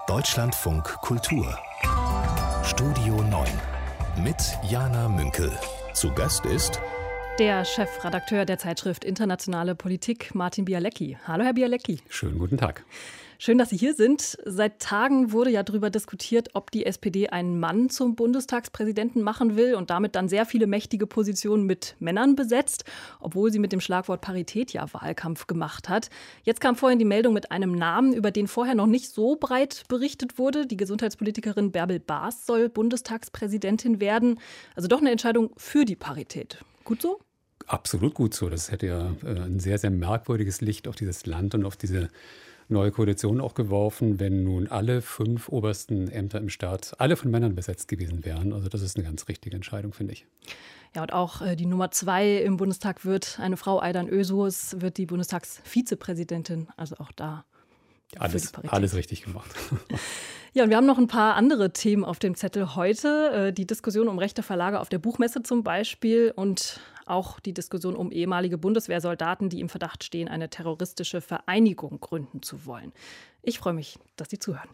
Deutschlandfunk Kultur Studio 9 mit Jana Münkel. Zu Gast ist der Chefredakteur der Zeitschrift Internationale Politik, Martin Bialecki. Hallo, Herr Bialecki. Schönen guten Tag. Schön, dass Sie hier sind. Seit Tagen wurde ja darüber diskutiert, ob die SPD einen Mann zum Bundestagspräsidenten machen will und damit dann sehr viele mächtige Positionen mit Männern besetzt, obwohl sie mit dem Schlagwort Parität ja Wahlkampf gemacht hat. Jetzt kam vorhin die Meldung mit einem Namen, über den vorher noch nicht so breit berichtet wurde. Die Gesundheitspolitikerin Bärbel Baas soll Bundestagspräsidentin werden. Also doch eine Entscheidung für die Parität. Gut so? Absolut gut so. Das hätte ja ein sehr, sehr merkwürdiges Licht auf dieses Land und auf diese neue Koalition auch geworfen, wenn nun alle 5 obersten Ämter im Staat alle von Männern besetzt gewesen wären. Also das ist eine ganz richtige Entscheidung, finde ich. Ja, und auch die Nummer 2 im Bundestag wird eine Frau, Aydan Özurs, wird die Bundestagsvizepräsidentin. Also auch da alles richtig gemacht. Ja, und wir haben noch ein paar andere Themen auf dem Zettel heute. Die Diskussion um rechte Verlage auf der Buchmesse zum Beispiel und auch die Diskussion um ehemalige Bundeswehrsoldaten, die im Verdacht stehen, eine terroristische Vereinigung gründen zu wollen. Ich freue mich, dass Sie zuhören.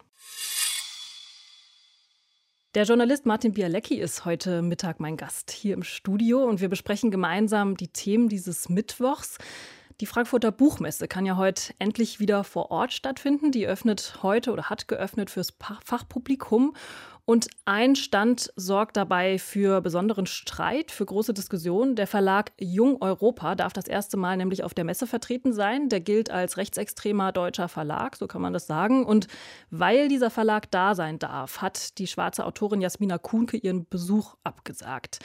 Der Journalist Martin Bialecki ist heute Mittag mein Gast hier im Studio und wir besprechen gemeinsam die Themen dieses Mittwochs. Die Frankfurter Buchmesse kann ja heute endlich wieder vor Ort stattfinden. Die öffnet heute oder hat geöffnet fürs Fachpublikum. Und ein Stand sorgt dabei für besonderen Streit, für große Diskussionen. Der Verlag Jung Europa darf das erste Mal nämlich auf der Messe vertreten sein. Der gilt als rechtsextremer deutscher Verlag, so kann man das sagen. Und weil dieser Verlag da sein darf, hat die schwarze Autorin Jasmina Kuhnke ihren Besuch abgesagt.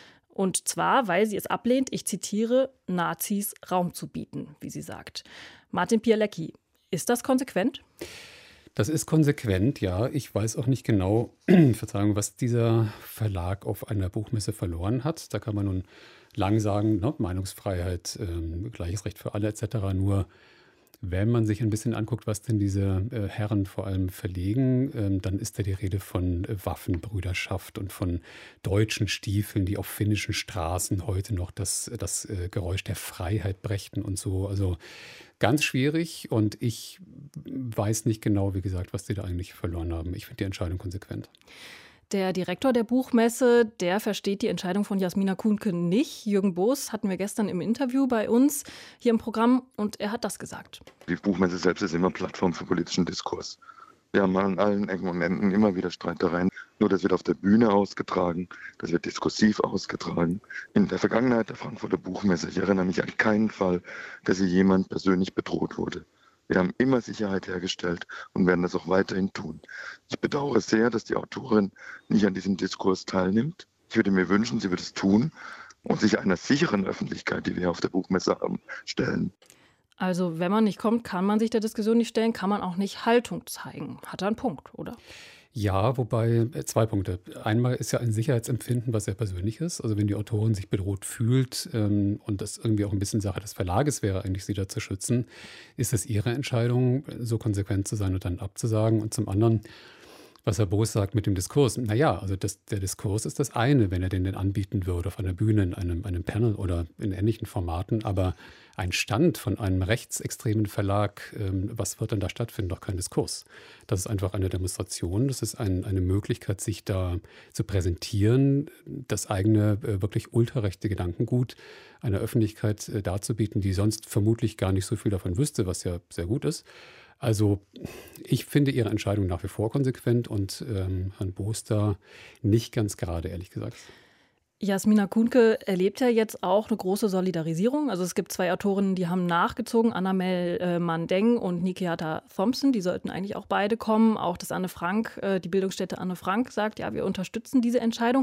Und zwar, weil sie es ablehnt, ich zitiere, Nazis Raum zu bieten, wie sie sagt. Martin Bialecki, ist das konsequent? Das ist konsequent, ja. Ich weiß auch nicht genau, Verzeihung, was dieser Verlag auf einer Buchmesse verloren hat. Da kann man nun lang sagen, ne, Meinungsfreiheit, gleiches Recht für alle etc. Nur wenn man sich ein bisschen anguckt, was denn diese Herren vor allem verlegen, dann ist da die Rede von Waffenbrüderschaft und von deutschen Stiefeln, die auf finnischen Straßen heute noch das Geräusch der Freiheit brächten und so. Also ganz schwierig und ich weiß nicht genau, wie gesagt, was die da eigentlich verloren haben. Ich finde die Entscheidung konsequent. Der Direktor der Buchmesse, der versteht die Entscheidung von Jasmina Kuhnke nicht. Jürgen Boos hatten wir gestern im Interview bei uns hier im Programm und er hat das gesagt. Die Buchmesse selbst ist immer Plattform für politischen Diskurs. Wir haben an allen Ecken und Enden immer wieder Streitereien. Nur das wird auf der Bühne ausgetragen, das wird diskursiv ausgetragen. In der Vergangenheit der Frankfurter Buchmesse, ich erinnere mich an keinen Fall, dass hier jemand persönlich bedroht wurde. Wir haben immer Sicherheit hergestellt und werden das auch weiterhin tun. Ich bedauere sehr, dass die Autorin nicht an diesem Diskurs teilnimmt. Ich würde mir wünschen, sie würde es tun und sich einer sicheren Öffentlichkeit, die wir auf der Buchmesse haben, stellen. Also wenn man nicht kommt, kann man sich der Diskussion nicht stellen, kann man auch nicht Haltung zeigen. Hat er einen Punkt, oder? Ja, wobei 2 Punkte. Einmal ist ja ein Sicherheitsempfinden, was sehr persönlich ist. Also wenn die Autorin sich bedroht fühlt und das irgendwie auch ein bisschen Sache des Verlages wäre, eigentlich sie da zu schützen, ist es ihre Entscheidung, so konsequent zu sein und dann abzusagen. Und zum anderen, was Herr Boos sagt mit dem Diskurs, naja, also der Diskurs ist das eine, wenn er den anbieten würde auf einer Bühne, in einem Panel oder in ähnlichen Formaten, aber ein Stand von einem rechtsextremen Verlag, was wird denn da stattfinden? Doch kein Diskurs. Das ist einfach eine Demonstration, das ist eine Möglichkeit, sich da zu präsentieren, das eigene wirklich ultrarechte Gedankengut einer Öffentlichkeit darzubieten, die sonst vermutlich gar nicht so viel davon wüsste, was ja sehr gut ist. Also ich finde Ihre Entscheidung nach wie vor konsequent und Herrn Boos da nicht ganz gerade, ehrlich gesagt. Jasmina Kuhnke erlebt ja jetzt auch eine große Solidarisierung. Also es gibt 2 Autorinnen, die haben nachgezogen, Annamel Mandeng und Nikiata Thompson. Die sollten eigentlich auch beide kommen. Auch das Anne Frank, die Bildungsstätte Anne Frank sagt, ja, wir unterstützen diese Entscheidung.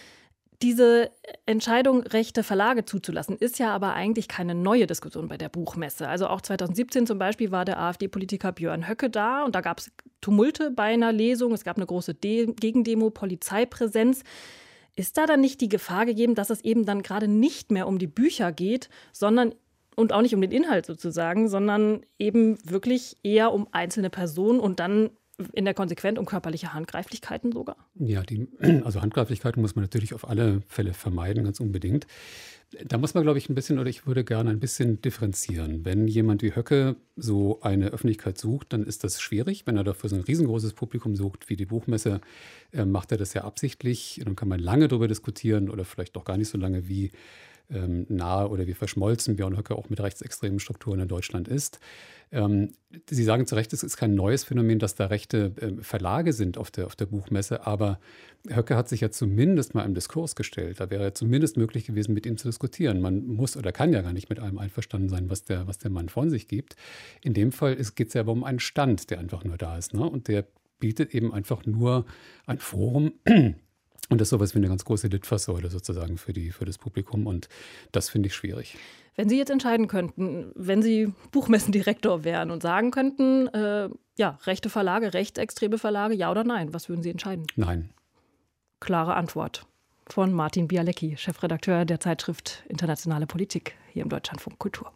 Diese Entscheidung, rechte Verlage zuzulassen, ist ja aber eigentlich keine neue Diskussion bei der Buchmesse. Also auch 2017 zum Beispiel war der AfD-Politiker Björn Höcke da und da gab es Tumulte bei einer Lesung. Es gab eine große Gegendemo, Polizeipräsenz. Ist da dann nicht die Gefahr gegeben, dass es eben dann gerade nicht mehr um die Bücher geht, sondern und auch nicht um den Inhalt sozusagen, sondern eben wirklich eher um einzelne Personen und dann in der Konsequenz um körperliche Handgreiflichkeiten sogar? Ja, also Handgreiflichkeiten muss man natürlich auf alle Fälle vermeiden, ganz unbedingt. Da muss man, glaube ich, ich würde gerne ein bisschen differenzieren. Wenn jemand wie Höcke so eine Öffentlichkeit sucht, dann ist das schwierig. Wenn er dafür so ein riesengroßes Publikum sucht, wie die Buchmesse, macht er das ja absichtlich. Dann kann man lange darüber diskutieren oder vielleicht doch gar nicht so lange, wie nahe oder wie verschmolzen Björn Höcke auch mit rechtsextremen Strukturen in Deutschland ist. Sie sagen zu Recht, es ist kein neues Phänomen, dass da rechte Verlage sind auf der Buchmesse, aber Höcke hat sich ja zumindest mal im Diskurs gestellt. Da wäre ja zumindest möglich gewesen, mit ihm zu diskutieren. Man muss oder kann ja gar nicht mit allem einverstanden sein, was der Mann von sich gibt. In dem Fall geht es ja aber um einen Stand, der einfach nur da ist, ne? Und der bietet eben einfach nur ein Forum. Und das ist sowas wie eine ganz große Litfaßsäule sozusagen für das Publikum. Und das finde ich schwierig. Wenn Sie jetzt entscheiden könnten, wenn Sie Buchmessendirektor wären und sagen könnten, rechte Verlage, rechtsextreme Verlage, ja oder nein, was würden Sie entscheiden? Nein. Klare Antwort von Martin Bialecki, Chefredakteur der Zeitschrift Internationale Politik hier im Deutschlandfunk Kultur.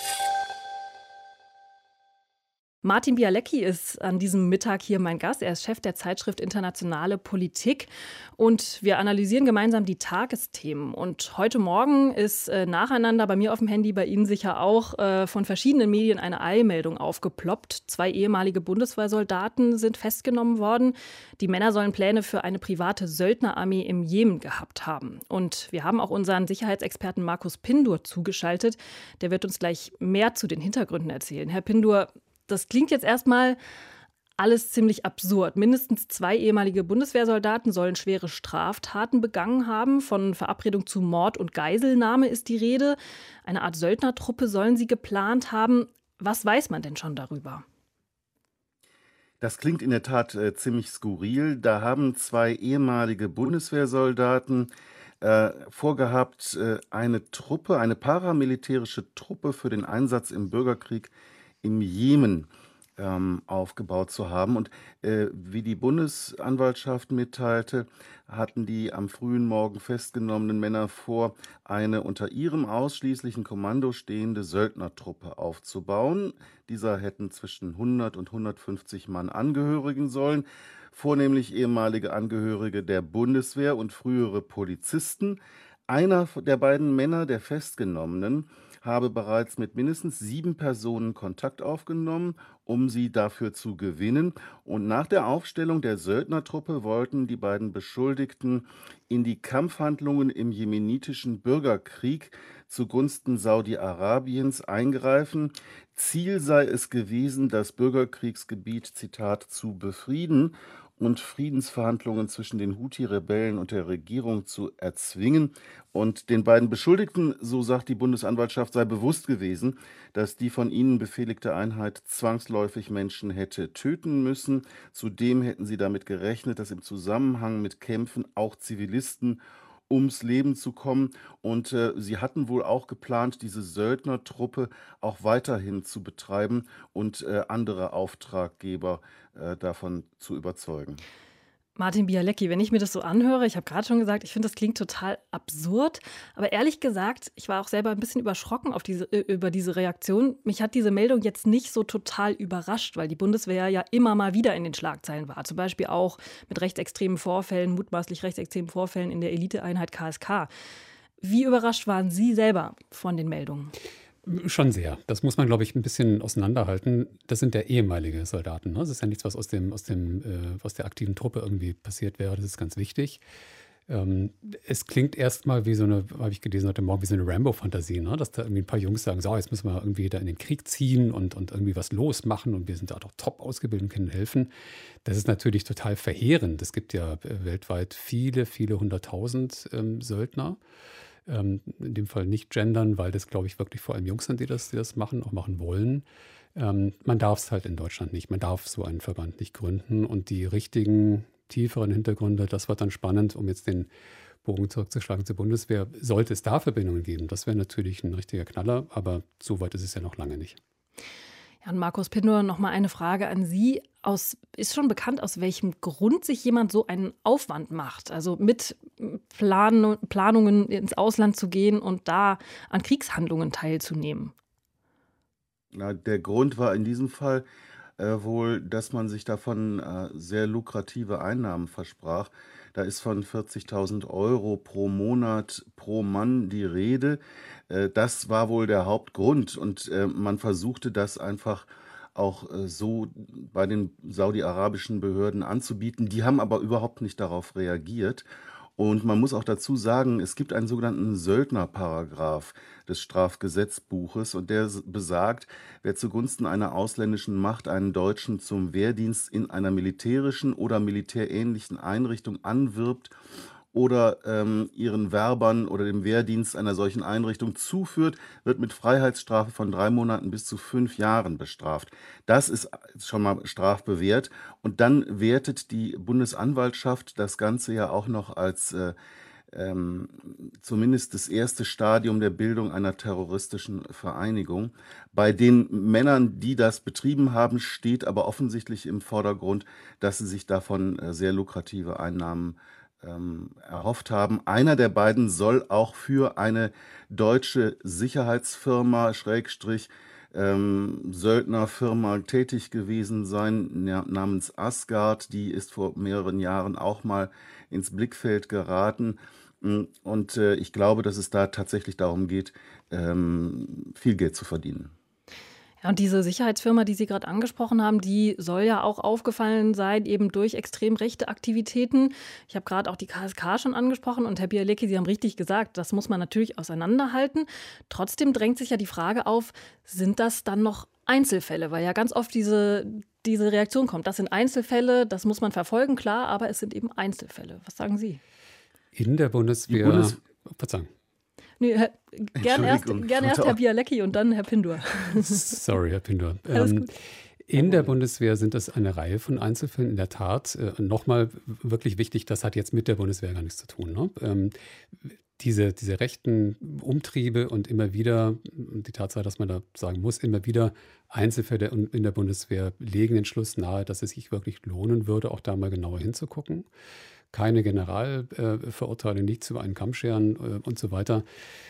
Martin Bialecki ist an diesem Mittag hier mein Gast. Er ist Chef der Zeitschrift Internationale Politik und wir analysieren gemeinsam die Tagesthemen. Und heute Morgen ist nacheinander bei mir auf dem Handy, bei Ihnen sicher auch, von verschiedenen Medien eine Eilmeldung aufgeploppt. 2 ehemalige Bundeswehrsoldaten sind festgenommen worden. Die Männer sollen Pläne für eine private Söldnerarmee im Jemen gehabt haben. Und wir haben auch unseren Sicherheitsexperten Markus Pindur zugeschaltet. Der wird uns gleich mehr zu den Hintergründen erzählen. Herr Pindur, das klingt jetzt erstmal alles ziemlich absurd. Mindestens 2 ehemalige Bundeswehrsoldaten sollen schwere Straftaten begangen haben. Von Verabredung zu Mord und Geiselnahme ist die Rede. Eine Art Söldnertruppe sollen sie geplant haben. Was weiß man denn schon darüber? Das klingt in der Tat ziemlich skurril. Da haben 2 ehemalige Bundeswehrsoldaten vorgehabt, eine Truppe, eine paramilitärische Truppe für den Einsatz im Bürgerkrieg im Jemen aufgebaut zu haben. Und wie die Bundesanwaltschaft mitteilte, hatten die am frühen Morgen festgenommenen Männer vor, eine unter ihrem ausschließlichen Kommando stehende Söldnertruppe aufzubauen. Dieser hätten zwischen 100 und 150 Mann angehörigen sollen, vornehmlich ehemalige Angehörige der Bundeswehr und frühere Polizisten. Einer der beiden Männer, der Festgenommenen, habe bereits mit mindestens 7 Personen Kontakt aufgenommen, um sie dafür zu gewinnen. Und nach der Aufstellung der Söldnertruppe wollten die beiden Beschuldigten in die Kampfhandlungen im jemenitischen Bürgerkrieg zugunsten Saudi-Arabiens eingreifen. Ziel sei es gewesen, das Bürgerkriegsgebiet, Zitat, zu befrieden und Friedensverhandlungen zwischen den Houthi-Rebellen und der Regierung zu erzwingen. Und den beiden Beschuldigten, so sagt die Bundesanwaltschaft, sei bewusst gewesen, dass die von ihnen befehligte Einheit zwangsläufig Menschen hätte töten müssen. Zudem hätten sie damit gerechnet, dass im Zusammenhang mit Kämpfen auch Zivilisten ums Leben zu kommen. Und sie hatten wohl auch geplant, diese Söldnertruppe auch weiterhin zu betreiben und andere Auftraggeber davon zu überzeugen. Martin Bialecki, wenn ich mir das so anhöre, ich habe gerade schon gesagt, ich finde, das klingt total absurd. Aber ehrlich gesagt, ich war auch selber ein bisschen überschrocken über diese Reaktion. Mich hat diese Meldung jetzt nicht so total überrascht, weil die Bundeswehr ja immer mal wieder in den Schlagzeilen war. Zum Beispiel auch mit rechtsextremen Vorfällen, mutmaßlich rechtsextremen Vorfällen in der Eliteeinheit KSK. Wie überrascht waren Sie selber von den Meldungen? Schon sehr. Das muss man, glaube ich, ein bisschen auseinanderhalten. Das sind ja ehemalige Soldaten. Ne? Das ist ja nichts, was aus der aktiven Truppe irgendwie passiert wäre. Das ist ganz wichtig. Es klingt erstmal wie so eine, habe ich gelesen heute Morgen, wie so eine Rambo-Fantasie, ne? Dass da irgendwie ein paar Jungs sagen, so, jetzt müssen wir irgendwie da in den Krieg ziehen und irgendwie was losmachen und wir sind da doch top ausgebildet und können helfen. Das ist natürlich total verheerend. Es gibt ja weltweit viele, viele 100.000 Söldner. In dem Fall nicht gendern, weil das, glaube ich, wirklich vor allem Jungs sind, die das machen, auch machen wollen. Man darf es halt in Deutschland nicht. Man darf so einen Verband nicht gründen. Und die richtigen, tieferen Hintergründe, das wird dann spannend, um jetzt den Bogen zurückzuschlagen zur Bundeswehr. Sollte es da Verbindungen geben, das wäre natürlich ein richtiger Knaller, aber so weit ist es ja noch lange nicht. Ja, und Markus Pindur, noch mal eine Frage an Sie. Ist schon bekannt, aus welchem Grund sich jemand so einen Aufwand macht? Also mit Planungen ins Ausland zu gehen und da an Kriegshandlungen teilzunehmen? Na, der Grund war in diesem Fall wohl, dass man sich davon sehr lukrative Einnahmen versprach. Da ist von 40.000 € pro Monat pro Mann die Rede. Das war wohl der Hauptgrund und man versuchte das einfach auch so bei den saudi-arabischen Behörden anzubieten. Die haben aber überhaupt nicht darauf reagiert. Und man muss auch dazu sagen, es gibt einen sogenannten Söldnerparagraph des Strafgesetzbuches und der besagt, wer zugunsten einer ausländischen Macht einen Deutschen zum Wehrdienst in einer militärischen oder militärähnlichen Einrichtung anwirbt oder ihren Werbern oder dem Wehrdienst einer solchen Einrichtung zuführt, wird mit Freiheitsstrafe von 3 Monaten bis zu 5 Jahren bestraft. Das ist schon mal strafbewehrt. Und dann wertet die Bundesanwaltschaft das Ganze ja auch noch als zumindest das erste Stadium der Bildung einer terroristischen Vereinigung. Bei den Männern, die das betrieben haben, steht aber offensichtlich im Vordergrund, dass sie sich davon sehr lukrative Einnahmen erhofft haben. Einer der beiden soll auch für eine deutsche Sicherheitsfirma, Söldnerfirma tätig gewesen sein, namens Asgard. Die ist vor mehreren Jahren auch mal ins Blickfeld geraten. Und ich glaube, dass es da tatsächlich darum geht, viel Geld zu verdienen. Ja, und diese Sicherheitsfirma, die Sie gerade angesprochen haben, die soll ja auch aufgefallen sein, eben durch extrem rechte Aktivitäten. Ich habe gerade auch die KSK schon angesprochen und Herr Bialecki, Sie haben richtig gesagt, das muss man natürlich auseinanderhalten. Trotzdem drängt sich ja die Frage auf, sind das dann noch Einzelfälle? Weil ja ganz oft diese Reaktion kommt, das sind Einzelfälle, das muss man verfolgen, klar, aber es sind eben Einzelfälle. Was sagen Sie? In der Bundeswehr, Verzeihung. Nee, gern erst Herr Bialecki und dann Herr Pindur. Sorry, Herr Pindur. Alles gut. In der Bundeswehr sind das eine Reihe von Einzelfällen, in der Tat. Nochmal wirklich wichtig, das hat jetzt mit der Bundeswehr gar nichts zu tun. Ne? Diese rechten Umtriebe und immer wieder, die Tatsache, dass man da sagen muss, immer wieder Einzelfälle in der Bundeswehr legen den Schluss nahe, dass es sich wirklich lohnen würde, auch da mal genauer hinzugucken. Keine Generalverurteilung, nichts über einen Kamm scheren und so weiter.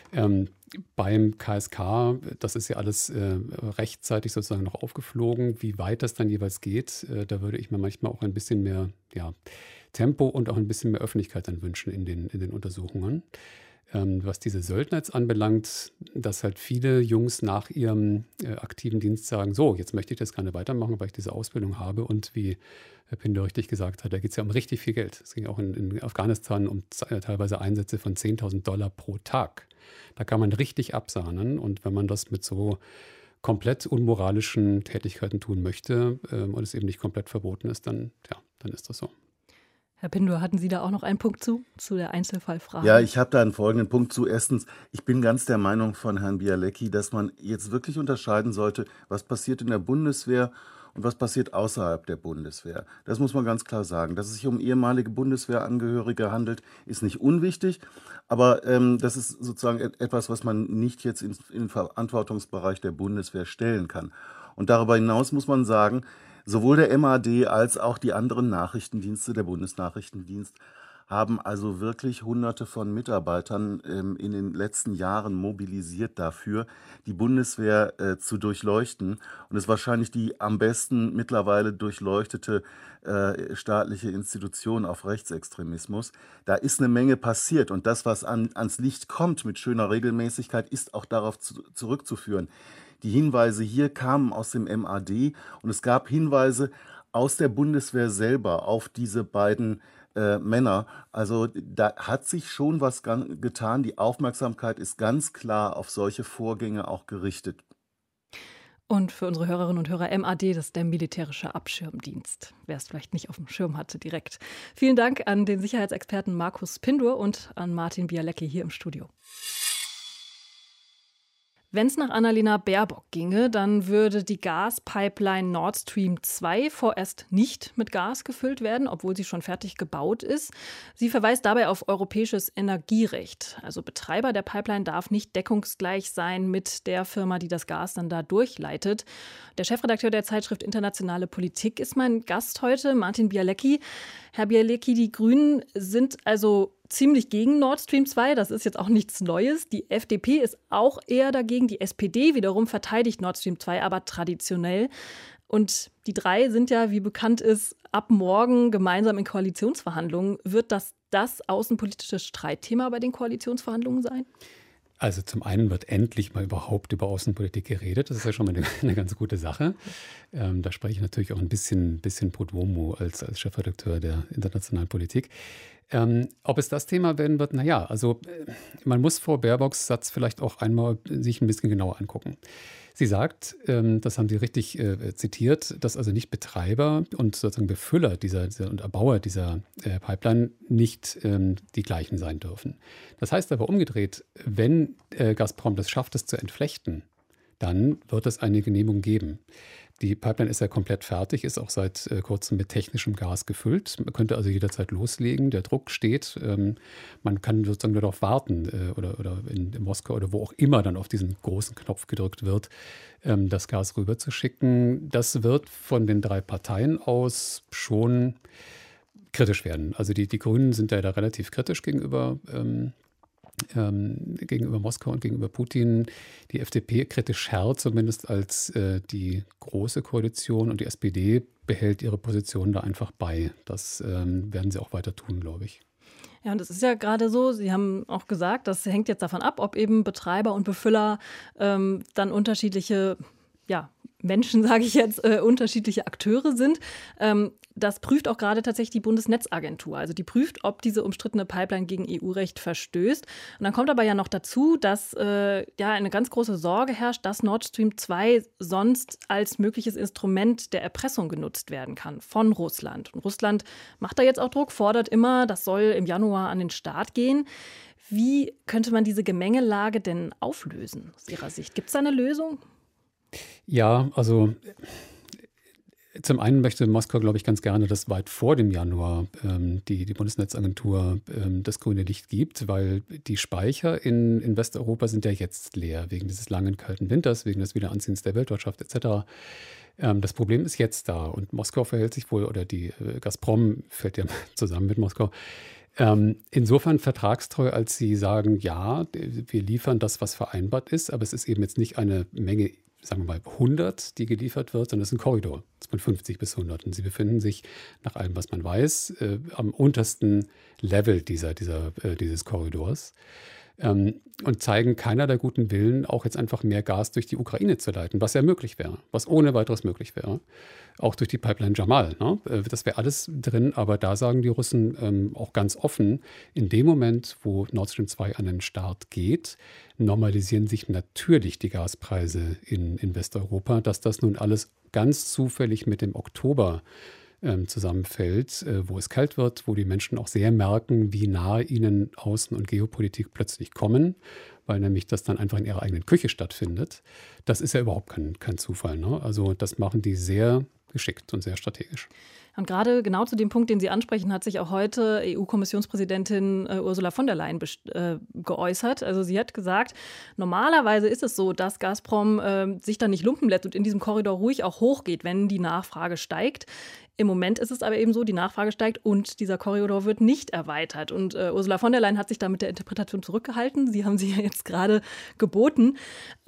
Beim KSK, das ist ja alles rechtzeitig sozusagen noch aufgeflogen. Wie weit das dann jeweils geht, da würde ich mir manchmal auch ein bisschen mehr Tempo und auch ein bisschen mehr Öffentlichkeit dann wünschen in den Untersuchungen. Was diese Söldner jetzt anbelangt, dass halt viele Jungs nach ihrem aktiven Dienst sagen, so, jetzt möchte ich das gerne weitermachen, weil ich diese Ausbildung habe. Und wie Herr Pindur richtig gesagt hat, da geht es ja um richtig viel Geld. Es ging auch in Afghanistan um teilweise Einsätze von $10.000 pro Tag. Da kann man richtig absahnen. Und wenn man das mit so komplett unmoralischen Tätigkeiten tun möchte und es eben nicht komplett verboten ist, dann ist das so. Herr Pindur, hatten Sie da auch noch einen Punkt zu der Einzelfallfrage? Ja, ich habe da einen folgenden Punkt zu. Erstens, ich bin ganz der Meinung von Herrn Bialecki, dass man jetzt wirklich unterscheiden sollte, was passiert in der Bundeswehr und was passiert außerhalb der Bundeswehr. Das muss man ganz klar sagen. Dass es sich um ehemalige Bundeswehrangehörige handelt, ist nicht unwichtig, aber das ist sozusagen etwas, was man nicht jetzt in den Verantwortungsbereich der Bundeswehr stellen kann. Und darüber hinaus muss man sagen, sowohl der MAD als auch die anderen Nachrichtendienste, der Bundesnachrichtendienst, haben also wirklich Hunderte von Mitarbeitern in den letzten Jahren mobilisiert dafür, die Bundeswehr zu durchleuchten. Und es ist wahrscheinlich die am besten mittlerweile durchleuchtete staatliche Institution auf Rechtsextremismus. Da ist eine Menge passiert und das, was ans Licht kommt mit schöner Regelmäßigkeit, ist auch darauf zurückzuführen. Die Hinweise hier kamen aus dem MAD und es gab Hinweise aus der Bundeswehr selber auf diese beiden Männer. Also da hat sich schon was getan. Die Aufmerksamkeit ist ganz klar auf solche Vorgänge auch gerichtet. Und für unsere Hörerinnen und Hörer, MAD, das ist der militärische Abschirmdienst. Wer es vielleicht nicht auf dem Schirm hatte direkt. Vielen Dank an den Sicherheitsexperten Markus Pindur und an Martin Bialecki hier im Studio. Wenn es nach Annalena Baerbock ginge, dann würde die Gaspipeline Nord Stream 2 vorerst nicht mit Gas gefüllt werden, obwohl sie schon fertig gebaut ist. Sie verweist dabei auf europäisches Energierecht. Also Betreiber der Pipeline darf nicht deckungsgleich sein mit der Firma, die das Gas dann da durchleitet. Der Chefredakteur der Zeitschrift Internationale Politik ist mein Gast heute, Martin Bialecki. Herr Bialecki, die Grünen sind also ziemlich gegen Nord Stream 2, das ist jetzt auch nichts Neues. Die FDP ist auch eher dagegen. Die SPD wiederum verteidigt Nord Stream 2 aber traditionell. Und die drei sind ja, wie bekannt ist, ab morgen gemeinsam in Koalitionsverhandlungen. Wird das außenpolitische Streitthema bei den Koalitionsverhandlungen sein? Also zum einen wird endlich mal überhaupt über Außenpolitik geredet. Das ist ja schon mal eine ganz gute Sache. Da spreche ich natürlich auch ein bisschen pro Duomo als Chefredakteur der internationalen Politik. Ob es das Thema werden wird, man muss Frau Baerbocks Satz vielleicht auch einmal sich ein bisschen genauer angucken. Sie sagt, das haben Sie richtig zitiert, dass also nicht Betreiber und sozusagen Befüller und Erbauer dieser Pipeline nicht die gleichen sein dürfen. Das heißt aber umgedreht, wenn Gazprom das schafft, es zu entflechten, dann wird es eine Genehmigung geben. Die Pipeline ist ja komplett fertig, ist auch seit kurzem mit technischem Gas gefüllt. Man könnte also jederzeit loslegen, der Druck steht. Man kann sozusagen nur darauf warten oder in Moskau oder wo auch immer dann auf diesen großen Knopf gedrückt wird, das Gas rüberzuschicken. Das wird von den drei Parteien aus schon kritisch werden. Also die Grünen sind da relativ kritisch gegenüber Moskau und gegenüber Putin. Die FDP kritisch härter zumindest als die große Koalition, und die SPD behält ihre Position da einfach bei. Das werden sie auch weiter tun, glaube ich. Ja, und es ist ja gerade so, Sie haben auch gesagt, das hängt jetzt davon ab, ob eben Betreiber und Befüller dann unterschiedliche Menschen, sage ich jetzt, unterschiedliche Akteure sind. Das prüft auch gerade tatsächlich die Bundesnetzagentur. Also die prüft, ob diese umstrittene Pipeline gegen EU-Recht verstößt. Und dann kommt aber ja noch dazu, dass eine ganz große Sorge herrscht, dass Nord Stream 2 sonst als mögliches Instrument der Erpressung genutzt werden kann von Russland. Und Russland macht da jetzt auch Druck, fordert immer, das soll im Januar an den Start gehen. Wie könnte man diese Gemengelage denn auflösen aus Ihrer Sicht? Gibt es da eine Lösung? Ja, also zum einen möchte Moskau, glaube ich, ganz gerne, dass weit vor dem Januar die Bundesnetzagentur das grüne Licht gibt, weil die Speicher in Westeuropa sind ja jetzt leer, wegen dieses langen, kalten Winters, wegen des Wiederanziehens der Weltwirtschaft etc. Das Problem ist jetzt da, und Moskau verhält sich wohl, oder die Gazprom fällt ja zusammen mit Moskau, insofern vertragstreu, als sie sagen, ja, wir liefern das, was vereinbart ist, aber es ist eben jetzt nicht eine Menge, sagen wir mal 100, die geliefert wird, sondern es ist ein Korridor von 50 bis 100. Und sie befinden sich, nach allem, was man weiß, am untersten Level dieses Korridors. Und zeigen keinerlei guten Willen, auch jetzt einfach mehr Gas durch die Ukraine zu leiten, was ja möglich wäre, was ohne weiteres möglich wäre. Auch durch die Pipeline Jamal. Ne? Das wäre alles drin, aber da sagen die Russen auch ganz offen, in dem Moment, wo Nord Stream 2 an den Start geht, normalisieren sich natürlich die Gaspreise in Westeuropa. Dass das nun alles ganz zufällig mit dem Oktober zusammenfällt, wo es kalt wird, wo die Menschen auch sehr merken, wie nahe ihnen Außen- und Geopolitik plötzlich kommen, weil nämlich das dann einfach in ihrer eigenen Küche stattfindet. Das ist ja überhaupt kein Zufall. Ne? Also das machen die sehr geschickt und sehr strategisch. Und gerade genau zu dem Punkt, den Sie ansprechen, hat sich auch heute EU-Kommissionspräsidentin Ursula von der Leyen geäußert. Also sie hat gesagt, normalerweise ist es so, dass Gazprom sich dann nicht lumpen lässt und in diesem Korridor ruhig auch hochgeht, wenn die Nachfrage steigt. Im Moment ist es aber eben so, die Nachfrage steigt und dieser Korridor wird nicht erweitert. Und Ursula von der Leyen hat sich da mit der Interpretation zurückgehalten. Sie haben sie ja jetzt gerade geboten.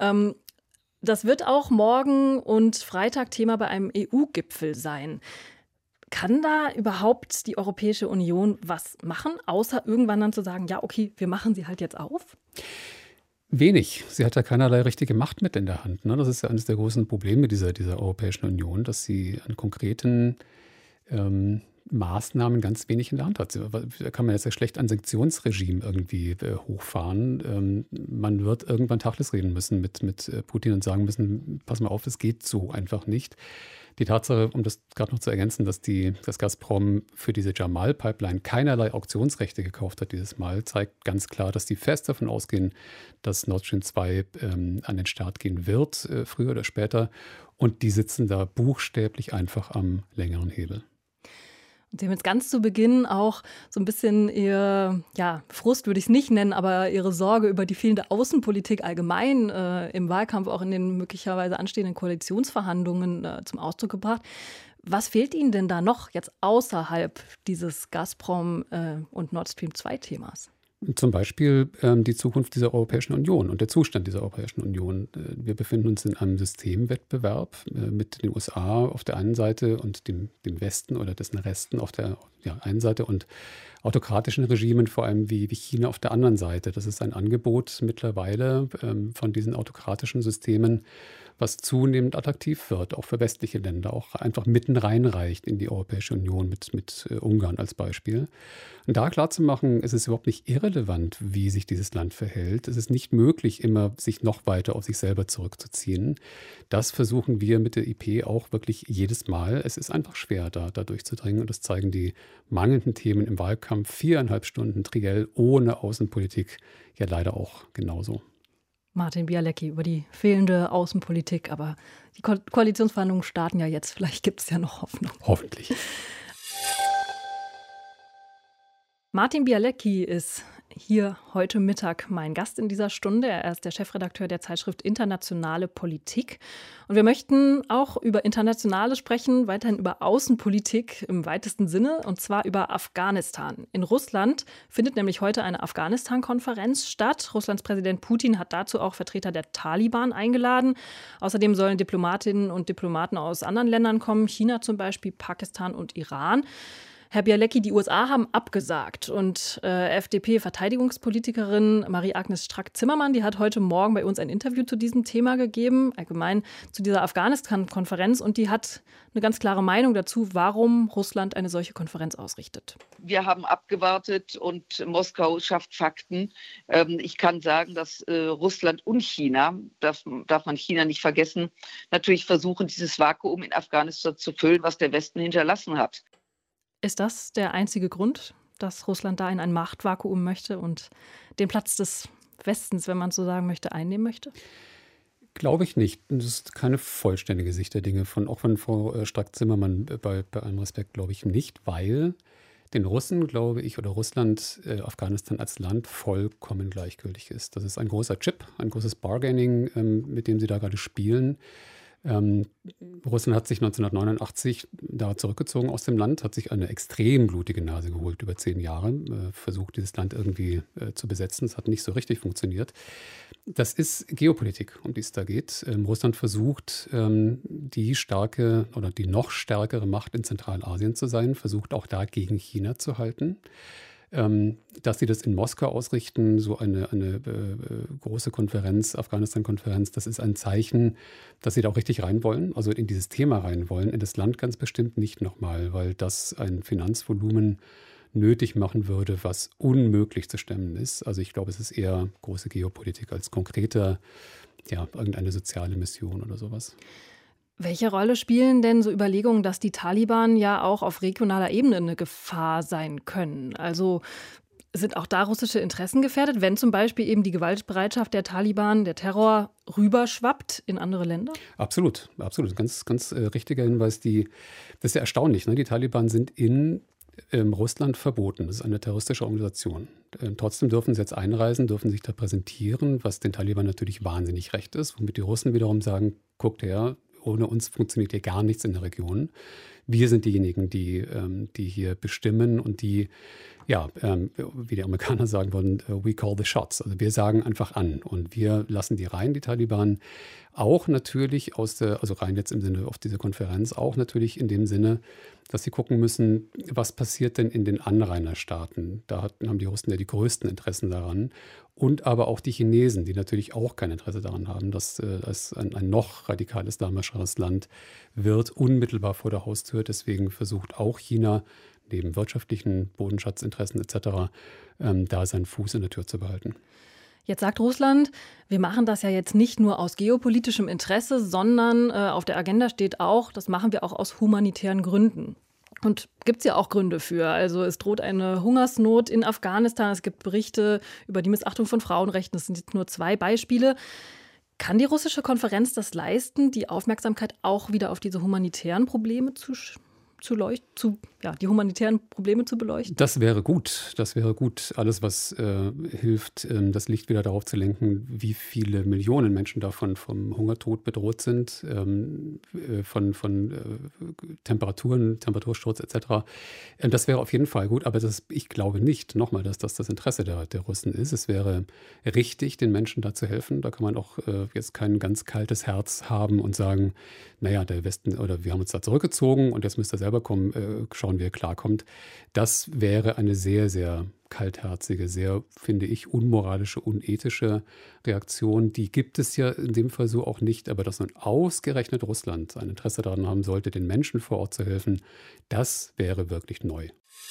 Das wird auch morgen und Freitag Thema bei einem EU-Gipfel sein. Kann da überhaupt die Europäische Union was machen, außer irgendwann dann zu sagen, ja, okay, wir machen sie halt jetzt auf? Wenig. Sie hat ja keinerlei richtige Macht mit in der Hand. Ne? Das ist ja eines der großen Probleme dieser Europäischen Union, dass sie an konkreten Maßnahmen ganz wenig in der Hand hat. Da kann man jetzt ja schlecht ein Sanktionsregime irgendwie hochfahren. Man wird irgendwann Tacheles reden müssen mit Putin und sagen müssen, pass mal auf, es geht so einfach nicht. Die Tatsache, um das gerade noch zu ergänzen, dass Gazprom für diese Jamal-Pipeline keinerlei Auktionsrechte gekauft hat dieses Mal, zeigt ganz klar, dass die fest davon ausgehen, dass Nord Stream 2 an den Start gehen wird, früher oder später. Und die sitzen da buchstäblich einfach am längeren Hebel. Sie haben jetzt ganz zu Beginn auch so ein bisschen Ihr, Frust würde ich es nicht nennen, aber Ihre Sorge über die fehlende Außenpolitik allgemein im Wahlkampf, auch in den möglicherweise anstehenden Koalitionsverhandlungen zum Ausdruck gebracht. Was fehlt Ihnen denn da noch jetzt außerhalb dieses Gazprom- und Nord Stream 2-Themas? Zum Beispiel die Zukunft dieser Europäischen Union und der Zustand dieser Europäischen Union. Wir befinden uns in einem Systemwettbewerb mit den USA auf der einen Seite und dem Westen oder dessen Resten auf der einen Seite und autokratischen Regimen, vor allem wie China auf der anderen Seite. Das ist ein Angebot mittlerweile von diesen autokratischen Systemen, was zunehmend attraktiv wird, auch für westliche Länder, auch einfach mitten reinreicht in die Europäische Union mit Ungarn als Beispiel. Und da klarzumachen, es ist überhaupt nicht irrelevant, wie sich dieses Land verhält. Es ist nicht möglich, immer sich noch weiter auf sich selber zurückzuziehen. Das versuchen wir mit der IP auch wirklich jedes Mal. Es ist einfach schwer, da durchzudringen. Und das zeigen die mangelnden Themen im Wahlkampf. 4,5 Stunden Triell ohne Außenpolitik ja leider auch genauso. Martin Bialecki über die fehlende Außenpolitik. Aber die Koalitionsverhandlungen starten ja jetzt. Vielleicht gibt es ja noch Hoffnung. Hoffentlich. Martin Bialecki ist hier heute Mittag mein Gast in dieser Stunde. Er ist der Chefredakteur der Zeitschrift Internationale Politik. Und wir möchten auch über Internationales sprechen, weiterhin über Außenpolitik im weitesten Sinne, und zwar über Afghanistan. In Russland findet nämlich heute eine Afghanistan-Konferenz statt. Russlands Präsident Putin hat dazu auch Vertreter der Taliban eingeladen. Außerdem sollen Diplomatinnen und Diplomaten aus anderen Ländern kommen, China zum Beispiel, Pakistan und Iran. Herr Bialecki, die USA haben abgesagt und FDP-Verteidigungspolitikerin Marie-Agnes Strack-Zimmermann, die hat heute Morgen bei uns ein Interview zu diesem Thema gegeben, allgemein zu dieser Afghanistan-Konferenz, und die hat eine ganz klare Meinung dazu, warum Russland eine solche Konferenz ausrichtet. Wir haben abgewartet und Moskau schafft Fakten. Ich kann sagen, dass Russland und China, darf man China nicht vergessen, natürlich versuchen, dieses Vakuum in Afghanistan zu füllen, was der Westen hinterlassen hat. Ist das der einzige Grund, dass Russland da in ein Machtvakuum möchte und den Platz des Westens, wenn man so sagen möchte, einnehmen möchte? Glaube ich nicht. Das ist keine vollständige Sicht der Dinge. Auch von Frau Strack-Zimmermann bei allem Respekt glaube ich nicht, weil den Russen, glaube ich, oder Russland, Afghanistan als Land vollkommen gleichgültig ist. Das ist ein großer Chip, ein großes Bargaining, mit dem sie da gerade spielen. Russland hat sich 1989 da zurückgezogen aus dem Land, hat sich eine extrem blutige Nase geholt über 10 Jahre, versucht, dieses Land irgendwie zu besetzen. Es hat nicht so richtig funktioniert. Das ist Geopolitik, um die es da geht. Russland versucht, die starke oder die noch stärkere Macht in Zentralasien zu sein, versucht auch da gegen China zu halten. Dass sie das in Moskau ausrichten, so eine große Konferenz, Afghanistan-Konferenz, das ist ein Zeichen, dass sie da auch richtig rein wollen, also in dieses Thema rein wollen, in das Land ganz bestimmt nicht nochmal, weil das ein Finanzvolumen nötig machen würde, was unmöglich zu stemmen ist. Also ich glaube, es ist eher große Geopolitik als konkreter, irgendeine soziale Mission oder sowas. Welche Rolle spielen denn so Überlegungen, dass die Taliban ja auch auf regionaler Ebene eine Gefahr sein können? Also sind auch da russische Interessen gefährdet, wenn zum Beispiel eben die Gewaltbereitschaft der Taliban, der Terror rüberschwappt in andere Länder? Absolut. Ganz, ganz richtiger Hinweis. Das ist ja erstaunlich. Ne? Die Taliban sind in Russland verboten. Das ist eine terroristische Organisation. Trotzdem dürfen sie jetzt einreisen, dürfen sich da präsentieren, was den Taliban natürlich wahnsinnig recht ist, womit die Russen wiederum sagen, guckt her, ohne uns funktioniert hier gar nichts in der Region. Wir sind diejenigen, die hier bestimmen und die, wie die Amerikaner sagen würden, we call the shots. Also wir sagen einfach an und wir lassen die rein, die Taliban. Auch natürlich also rein jetzt im Sinne auf diese Konferenz, auch natürlich in dem Sinne, dass sie gucken müssen, was passiert denn in den Anrainerstaaten. Da haben die Russen ja die größten Interessen daran. Und aber auch die Chinesen, die natürlich auch kein Interesse daran haben, dass es ein noch radikal islamischeres Land wird, unmittelbar vor der Haustür. Deswegen versucht auch China, neben wirtschaftlichen Bodenschatzinteressen etc., da seinen Fuß in der Tür zu behalten. Jetzt sagt Russland, wir machen das ja jetzt nicht nur aus geopolitischem Interesse, sondern auf der Agenda steht auch, das machen wir auch aus humanitären Gründen. Und gibt es ja auch Gründe für. Also es droht eine Hungersnot in Afghanistan. Es gibt Berichte über die Missachtung von Frauenrechten. Das sind jetzt nur 2 Beispiele. Kann die russische Konferenz das leisten, die Aufmerksamkeit auch wieder auf diese humanitären Probleme zu die humanitären Probleme zu beleuchten? Das wäre gut. Das wäre gut. Alles, was hilft, das Licht wieder darauf zu lenken, wie viele Millionen Menschen davon vom Hungertod bedroht sind, von Temperaturen, Temperatursturz etc. Das wäre auf jeden Fall gut. Aber ich glaube nicht, nochmal, dass das Interesse der Russen ist. Es wäre richtig, den Menschen da zu helfen. Da kann man auch jetzt kein ganz kaltes Herz haben und sagen, naja, der Westen oder wir haben uns da zurückgezogen und jetzt müsst ihr selber kommen, schauen, wie ihr klarkommt. Das wäre eine sehr, sehr kaltherzige, sehr, finde ich, unmoralische, unethische Reaktion. Die gibt es ja in dem Fall so auch nicht, aber dass nun ausgerechnet Russland ein Interesse daran haben sollte, den Menschen vor Ort zu helfen, das wäre wirklich neu.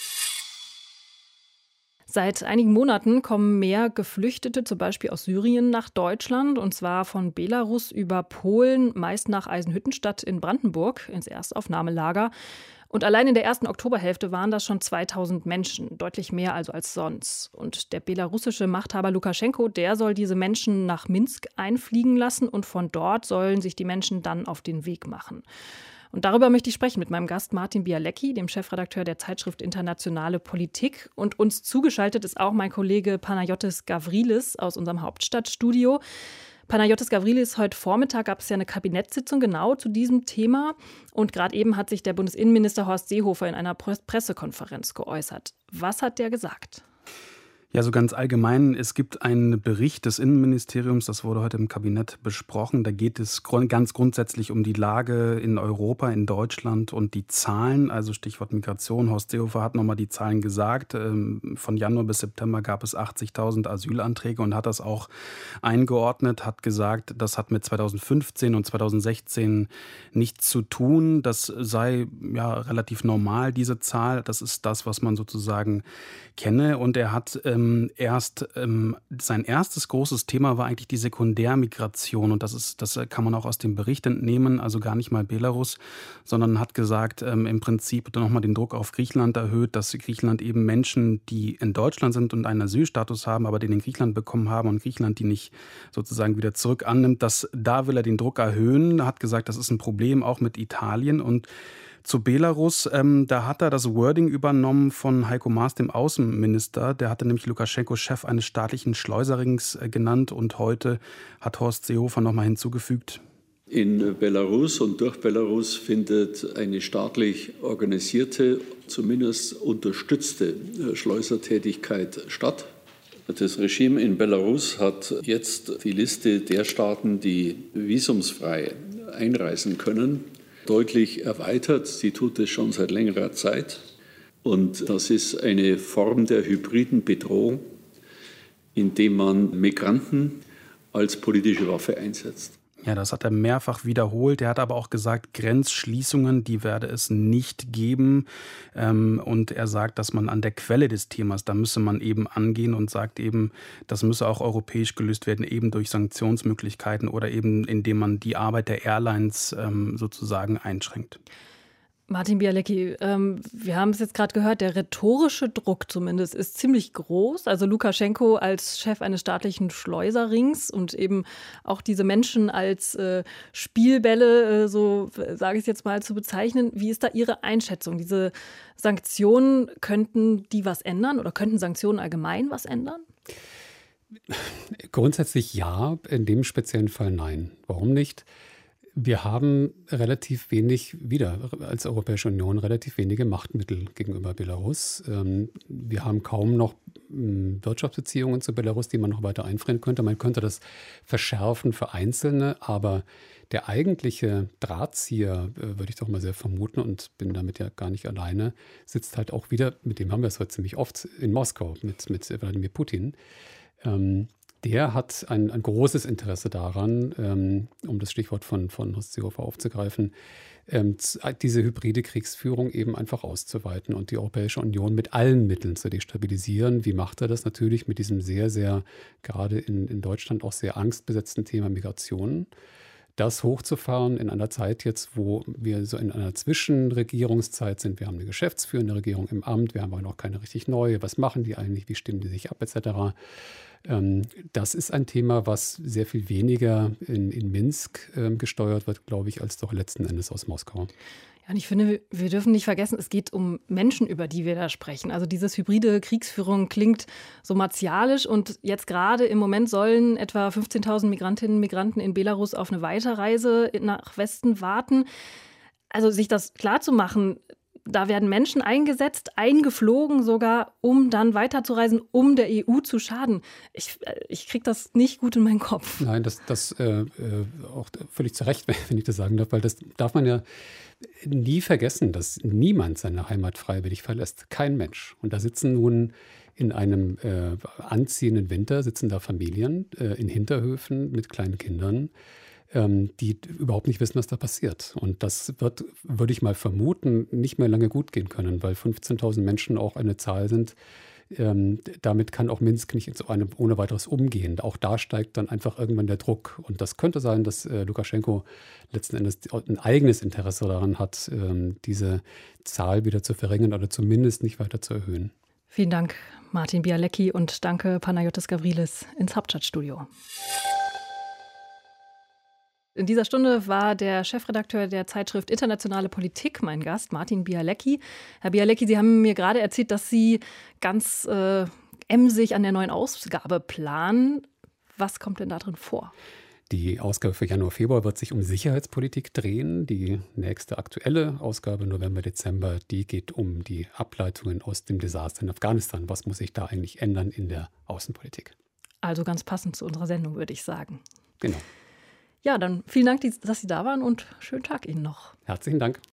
Seit einigen Monaten kommen mehr Geflüchtete, zum Beispiel aus Syrien, nach Deutschland, und zwar von Belarus über Polen, meist nach Eisenhüttenstadt in Brandenburg, ins Erstaufnahmelager. Und allein in der ersten Oktoberhälfte waren das schon 2000 Menschen, deutlich mehr also als sonst. Und der belarussische Machthaber Lukaschenko, der soll diese Menschen nach Minsk einfliegen lassen und von dort sollen sich die Menschen dann auf den Weg machen. Und darüber möchte ich sprechen mit meinem Gast Martin Bialecki, dem Chefredakteur der Zeitschrift Internationale Politik. Und uns zugeschaltet ist auch mein Kollege Panagiotis Gavrilis aus unserem Hauptstadtstudio. Panagiotis Gavrilis, heute Vormittag gab es ja eine Kabinettssitzung genau zu diesem Thema. Und gerade eben hat sich der Bundesinnenminister Horst Seehofer in einer Pressekonferenz geäußert. Was hat der gesagt? Ja, so ganz allgemein, es gibt einen Bericht des Innenministeriums, das wurde heute im Kabinett besprochen. Da geht es ganz grundsätzlich um die Lage in Europa, in Deutschland und die Zahlen, also Stichwort Migration. Horst Seehofer hat nochmal die Zahlen gesagt. Von Januar bis September gab es 80.000 Asylanträge und hat das auch eingeordnet, hat gesagt, das hat mit 2015 und 2016 nichts zu tun. Das sei ja relativ normal, diese Zahl. Das ist das, was man sozusagen kenne. Und er hat sein erstes großes Thema war eigentlich die Sekundärmigration. Und das kann man auch aus dem Bericht entnehmen, also gar nicht mal Belarus, sondern hat gesagt, im Prinzip nochmal den Druck auf Griechenland erhöht, dass Griechenland eben Menschen, die in Deutschland sind und einen Asylstatus haben, aber den in Griechenland bekommen haben und Griechenland die nicht sozusagen wieder zurück annimmt, da will er den Druck erhöhen. Er hat gesagt, das ist ein Problem auch mit Italien. Und zu Belarus, da hat er das Wording übernommen von Heiko Maas, dem Außenminister. Der hatte nämlich Lukaschenko Chef eines staatlichen Schleuserings genannt. Und heute hat Horst Seehofer nochmal hinzugefügt: In Belarus und durch Belarus findet eine staatlich organisierte, zumindest unterstützte Schleusertätigkeit statt. Das Regime in Belarus hat jetzt die Liste der Staaten, die visumsfrei einreisen können, deutlich erweitert. Sie tut es schon seit längerer Zeit. Und das ist eine Form der hybriden Bedrohung, indem man Migranten als politische Waffe einsetzt. Ja, das hat er mehrfach wiederholt. Er hat aber auch gesagt, Grenzschließungen, die werde es nicht geben. Und er sagt, dass man an der Quelle des Themas, da müsse man eben angehen und sagt eben, das müsse auch europäisch gelöst werden, eben durch Sanktionsmöglichkeiten oder eben indem man die Arbeit der Airlines sozusagen einschränkt. Martin Bialecki, wir haben es jetzt gerade gehört, der rhetorische Druck zumindest ist ziemlich groß. Also Lukaschenko als Chef eines staatlichen Schleuserrings und eben auch diese Menschen als Spielbälle, so sage ich es jetzt mal, zu bezeichnen. Wie ist da Ihre Einschätzung? Diese Sanktionen, könnten die was ändern oder könnten Sanktionen allgemein was ändern? Grundsätzlich ja, in dem speziellen Fall nein. Warum nicht? Wir haben relativ wenig, als Europäische Union, relativ wenige Machtmittel gegenüber Belarus. Wir haben kaum noch Wirtschaftsbeziehungen zu Belarus, die man noch weiter einfrieren könnte. Man könnte das verschärfen für Einzelne, aber der eigentliche Drahtzieher, würde ich doch mal sehr vermuten und bin damit ja gar nicht alleine, sitzt halt auch wieder, mit dem haben wir es heute ziemlich oft, in Moskau mit Wladimir Putin. Der hat ein großes Interesse daran, um das Stichwort von Horst Seehofer aufzugreifen, diese hybride Kriegsführung eben einfach auszuweiten und die Europäische Union mit allen Mitteln zu destabilisieren. Wie macht er das? Natürlich mit diesem sehr, sehr, gerade in Deutschland auch sehr angstbesetzten Thema Migration. Das hochzufahren in einer Zeit jetzt, wo wir so in einer Zwischenregierungszeit sind. Wir haben eine geschäftsführende Regierung im Amt, wir haben aber noch keine richtig neue. Was machen die eigentlich? Wie stimmen die sich ab etc.? Das ist ein Thema, was sehr viel weniger in Minsk gesteuert wird, glaube ich, als doch letzten Endes aus Moskau. Ja, und ich finde, wir dürfen nicht vergessen, es geht um Menschen, über die wir da sprechen. Also dieses hybride Kriegsführung klingt so martialisch und jetzt gerade im Moment sollen etwa 15.000 Migrantinnen und Migranten in Belarus auf eine Weiterreise nach Westen warten. Also sich das klarzumachen, da werden Menschen eingesetzt, eingeflogen sogar, um dann weiterzureisen, um der EU zu schaden. Ich kriege das nicht gut in meinen Kopf. Nein, das auch völlig zu Recht, wenn ich das sagen darf, weil das darf man ja nie vergessen, dass niemand seine Heimat freiwillig verlässt. Kein Mensch. Und da sitzen nun in einem anziehenden Winter, sitzen da Familien in Hinterhöfen mit kleinen Kindern, die überhaupt nicht wissen, was da passiert. Und das wird, würde ich mal vermuten, nicht mehr lange gut gehen können, weil 15.000 Menschen auch eine Zahl sind. Damit kann auch Minsk nicht ohne weiteres umgehen. Auch da steigt dann einfach irgendwann der Druck. Und das könnte sein, dass Lukaschenko letzten Endes ein eigenes Interesse daran hat, diese Zahl wieder zu verringern oder zumindest nicht weiter zu erhöhen. Vielen Dank, Martin Bialecki, und danke, Panagiotis Gavrilis, ins Hauptstadtstudio. In dieser Stunde war der Chefredakteur der Zeitschrift Internationale Politik mein Gast, Martin Bialecki. Herr Bialecki, Sie haben mir gerade erzählt, dass Sie ganz emsig an der neuen Ausgabe planen. Was kommt denn da drin vor? Die Ausgabe für Januar, Februar wird sich um Sicherheitspolitik drehen. Die nächste aktuelle Ausgabe, November, Dezember, die geht um die Ableitungen aus dem Desaster in Afghanistan. Was muss sich da eigentlich ändern in der Außenpolitik? Also ganz passend zu unserer Sendung, würde ich sagen. Genau. Ja, dann vielen Dank, dass Sie da waren und schönen Tag Ihnen noch. Herzlichen Dank.